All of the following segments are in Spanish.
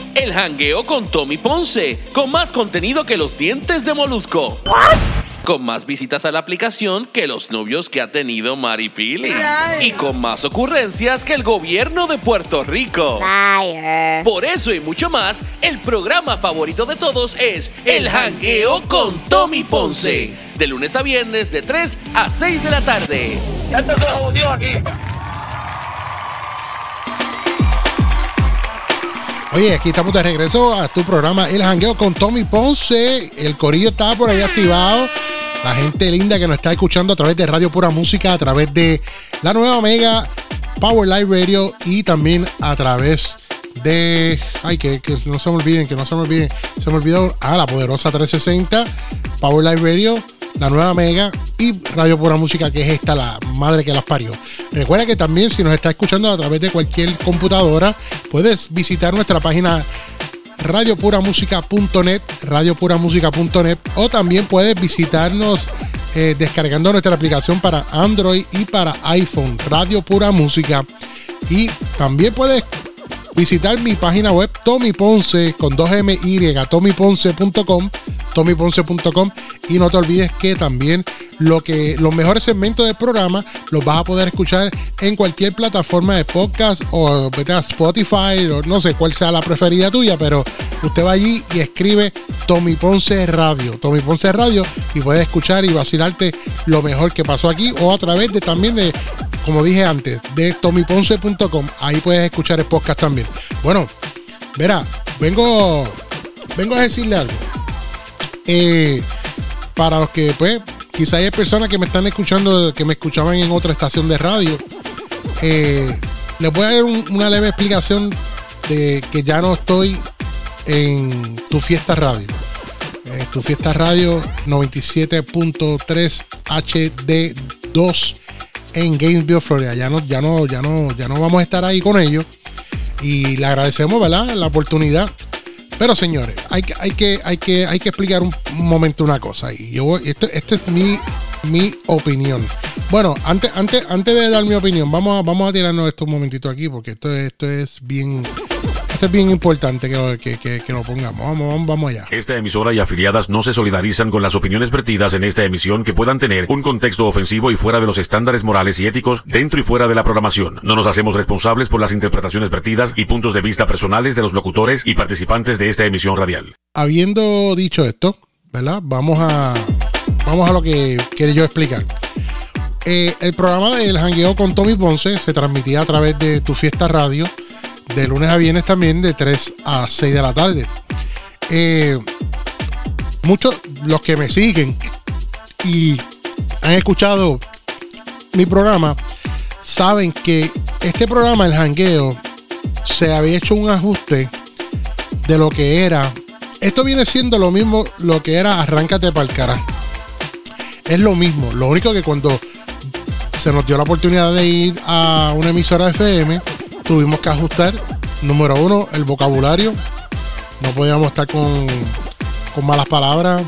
El Jangueo con Tommy Ponce, con más contenido que los dientes de Molusco. Con más visitas a la aplicación que los novios que ha tenido Mari Pili. Y con más ocurrencias que el gobierno de Puerto Rico. Liar. Por eso y mucho más, el programa favorito de todos es El Jangueo con Tommy Ponce. De lunes a viernes de 3 a 6 de la tarde. ¡Esto se jodió aquí! Oye, aquí estamos de regreso a tu programa El Jangueo con Tommy Ponce. El corillo está por ahí activado. La gente linda que nos está escuchando a través de Radio Pura Música, a través de la nueva Mega, Power Live Radio y también a través de... Ay, que no se me olviden, Se me olvidó, la poderosa 360, Power Live Radio, la nueva Mega y Radio Pura Música, que es esta, la madre que las parió. Recuerda que también si nos está escuchando a través de cualquier computadora, puedes visitar nuestra página radiopuramusica.net o también puedes visitarnos descargando nuestra aplicación para Android y para iPhone, Radio Pura Música. Y también puedes visitar mi página web Tommy Ponce con 2MY, tommyponce.com, y no te olvides que también los mejores segmentos del programa los vas a poder escuchar en cualquier plataforma de podcast o vete a Spotify o no sé cuál sea la preferida tuya, pero usted va allí y escribe Tommy Ponce Radio y puedes escuchar y vacilarte lo mejor que pasó aquí o a través de también de, como dije antes, de tommyponce.com. Ahí puedes escuchar el podcast también. Bueno, verá, vengo a decirle algo. Para los que pues quizá hay personas que me están escuchando, que me escuchaban en otra estación de radio, les voy a dar una leve explicación de que ya no estoy en Tu Fiesta Radio. Tu Fiesta Radio 97.3 HD2 en Gainesville, Florida. Ya no vamos a estar ahí con ellos y le agradecemos, ¿verdad?, la oportunidad. Pero señores, hay que explicar un momento una cosa. Y esta es mi opinión. Bueno, antes de dar mi opinión, vamos a tirarnos esto un momentito aquí, porque esto es bien importante que lo pongamos. Vamos allá. Esta emisora y afiliadas no se solidarizan con las opiniones vertidas en esta emisión que puedan tener un contexto ofensivo y fuera de los estándares morales y éticos dentro y fuera de la programación. No nos hacemos responsables por las interpretaciones vertidas y puntos de vista personales de los locutores y participantes de esta emisión radial. Habiendo dicho esto, ¿verdad? Vamos a lo que quería yo explicar. El programa del Jangueo con Tommy Ponce se transmitía a través de Tu Fiesta Radio de lunes a viernes también de 3 a 6 de la tarde. Muchos los que me siguen y han escuchado mi programa saben que este programa, El Jangueo, se había hecho un ajuste de lo que era. Esto viene siendo lo mismo lo que era Arráncate pa'l Cara. Es lo mismo. Lo único que cuando se nos dio la oportunidad de ir a una emisora FM, tuvimos que ajustar, número uno, el vocabulario. No podíamos estar con malas palabras.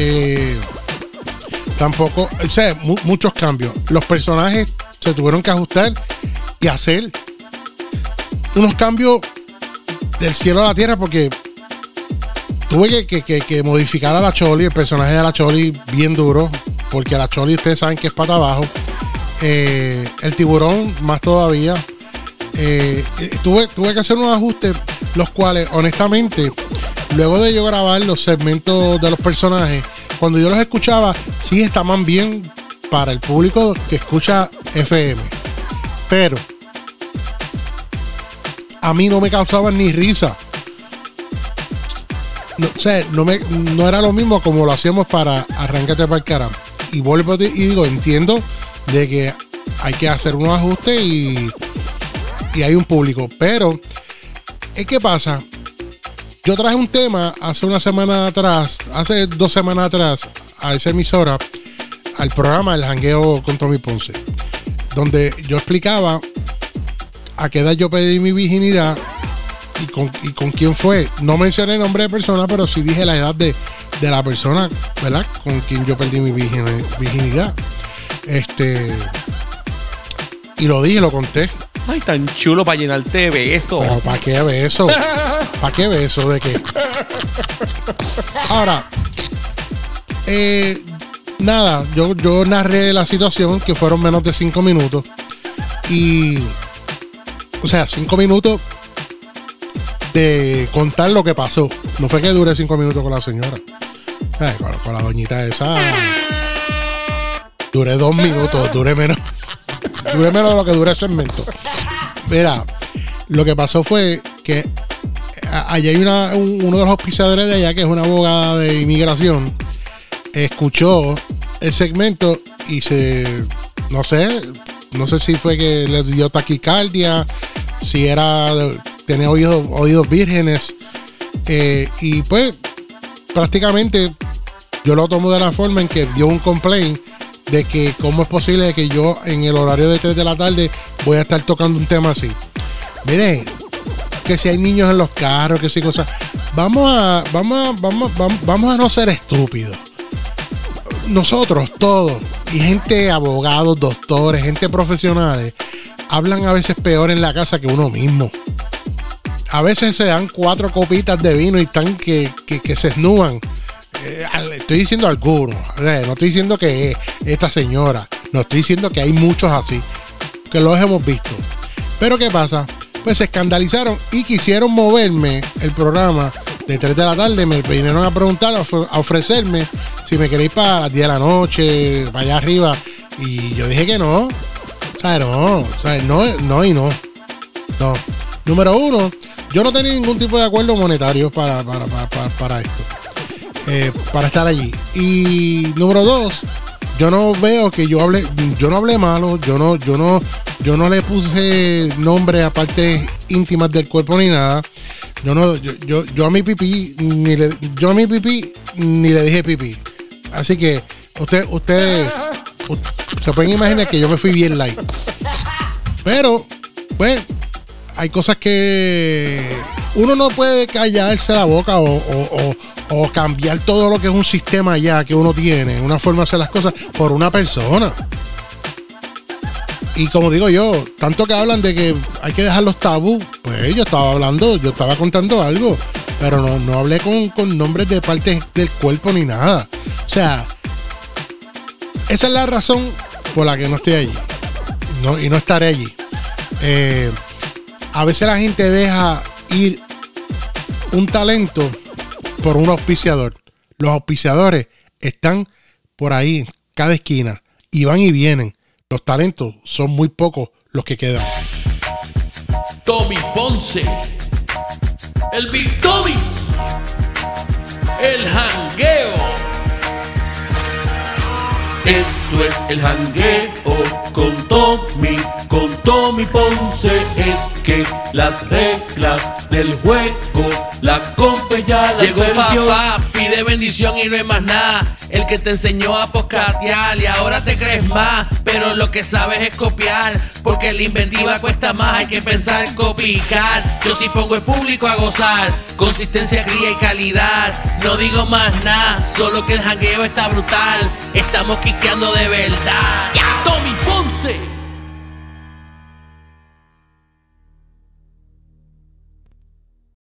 Tampoco, o sea, muchos cambios. Los personajes se tuvieron que ajustar y hacer unos cambios del cielo a la tierra, porque tuve que modificar a la Choli, el personaje de la Choli, bien duro, porque la Choli ustedes saben que es pata abajo. El tiburón más todavía. Tuve que hacer unos ajustes, los cuales honestamente, luego de yo grabar los segmentos de los personajes, cuando yo los escuchaba, sí estaban bien para el público que escucha FM, pero a mí no me causaban ni risa. O sea, no era lo mismo como lo hacíamos para Arráncate pa'l Cara. Y vuelvo y digo, entiendo de que hay que hacer unos ajustes y hay un público, pero ¿qué pasa? Yo traje un tema hace 2 semanas atrás a esa emisora, al programa El Jangueo con Tommy Ponce, donde yo explicaba a qué edad yo pedí mi virginidad y con quién fue. No mencioné el nombre de persona, pero sí dije la edad de la persona, ¿verdad?, con quien yo perdí mi virginidad. Y lo dije, lo conté. Ay, tan chulo para llenarte de besos. Pero ¿para qué beso? ¿Para qué beso? ¿De qué? Ahora, nada, yo narré la situación, que fueron menos de 5 minutos. Y, o sea, 5 minutos de contar lo que pasó. No fue que dure 5 minutos con la señora. Con la doñita esa duré 2 minutos, duré menos de lo que dura el segmento. Mira, lo que pasó fue que allá hay uno de los auspiciadores de allá, que es una abogada de inmigración, escuchó el segmento y no sé si fue que le dio taquicardia, si tenía oídos vírgenes, y pues prácticamente yo lo tomo de la forma en que dio un complaint de que cómo es posible que yo en el horario de 3 de la tarde voy a estar tocando un tema así. Miren, que si hay niños en los carros, que si cosas, vamos a no ser estúpidos. Nosotros todos, y gente, abogados, doctores, gente profesionales, hablan a veces peor en la casa que uno mismo. A veces se dan 4 copitas de vino y están que se esnúan. Estoy diciendo algunos, no estoy diciendo que esta señora, no estoy diciendo que hay muchos así, que los hemos visto. Pero ¿qué pasa? Pues se escandalizaron y quisieron moverme el programa de 3 de la tarde. Me vinieron a preguntar, a ofrecerme si me quería ir para las 10 de la noche, para allá arriba. Y yo dije que no. No y no. No. Número 1, yo no tenía ningún tipo de acuerdo monetario para esto. Para estar allí. Y número 2, yo no veo que yo no hablé malo, yo no le puse nombre a partes íntimas del cuerpo ni nada. Yo a mi pipí ni le dije pipí. Así que ustedes se pueden imaginar que yo me fui bien light. Pero pues hay cosas que uno no puede callarse la boca o cambiar todo lo que es un sistema ya que uno tiene, una forma de hacer las cosas por una persona. Y como digo yo, tanto que hablan de que hay que dejar los tabús, pues yo estaba contando algo, pero no hablé con nombres de partes del cuerpo ni nada. O sea, esa es la razón por la que no estoy allí, y no estaré allí. A veces la gente deja ir un talento por un auspiciador. Los auspiciadores están por ahí en cada esquina y van y vienen. Los talentos son muy pocos los que quedan. Tommy Ponce, el Big Tommy, el jangueo. Esto es el jangueo con Tommy Ponce. Es que las reglas del juego la compa ya las llegó papá, pide bendición y no hay más nada. El que te enseñó a poscatear y ahora te crees más, pero lo que sabes es copiar, porque la inventiva cuesta más, hay que pensar en copiar. Yo sí pongo el público a gozar, consistencia, cría y calidad. No digo más nada, solo que el jangueo está brutal. Estamos quiqueando de verdad. ¡Ya! Tommy Ponce.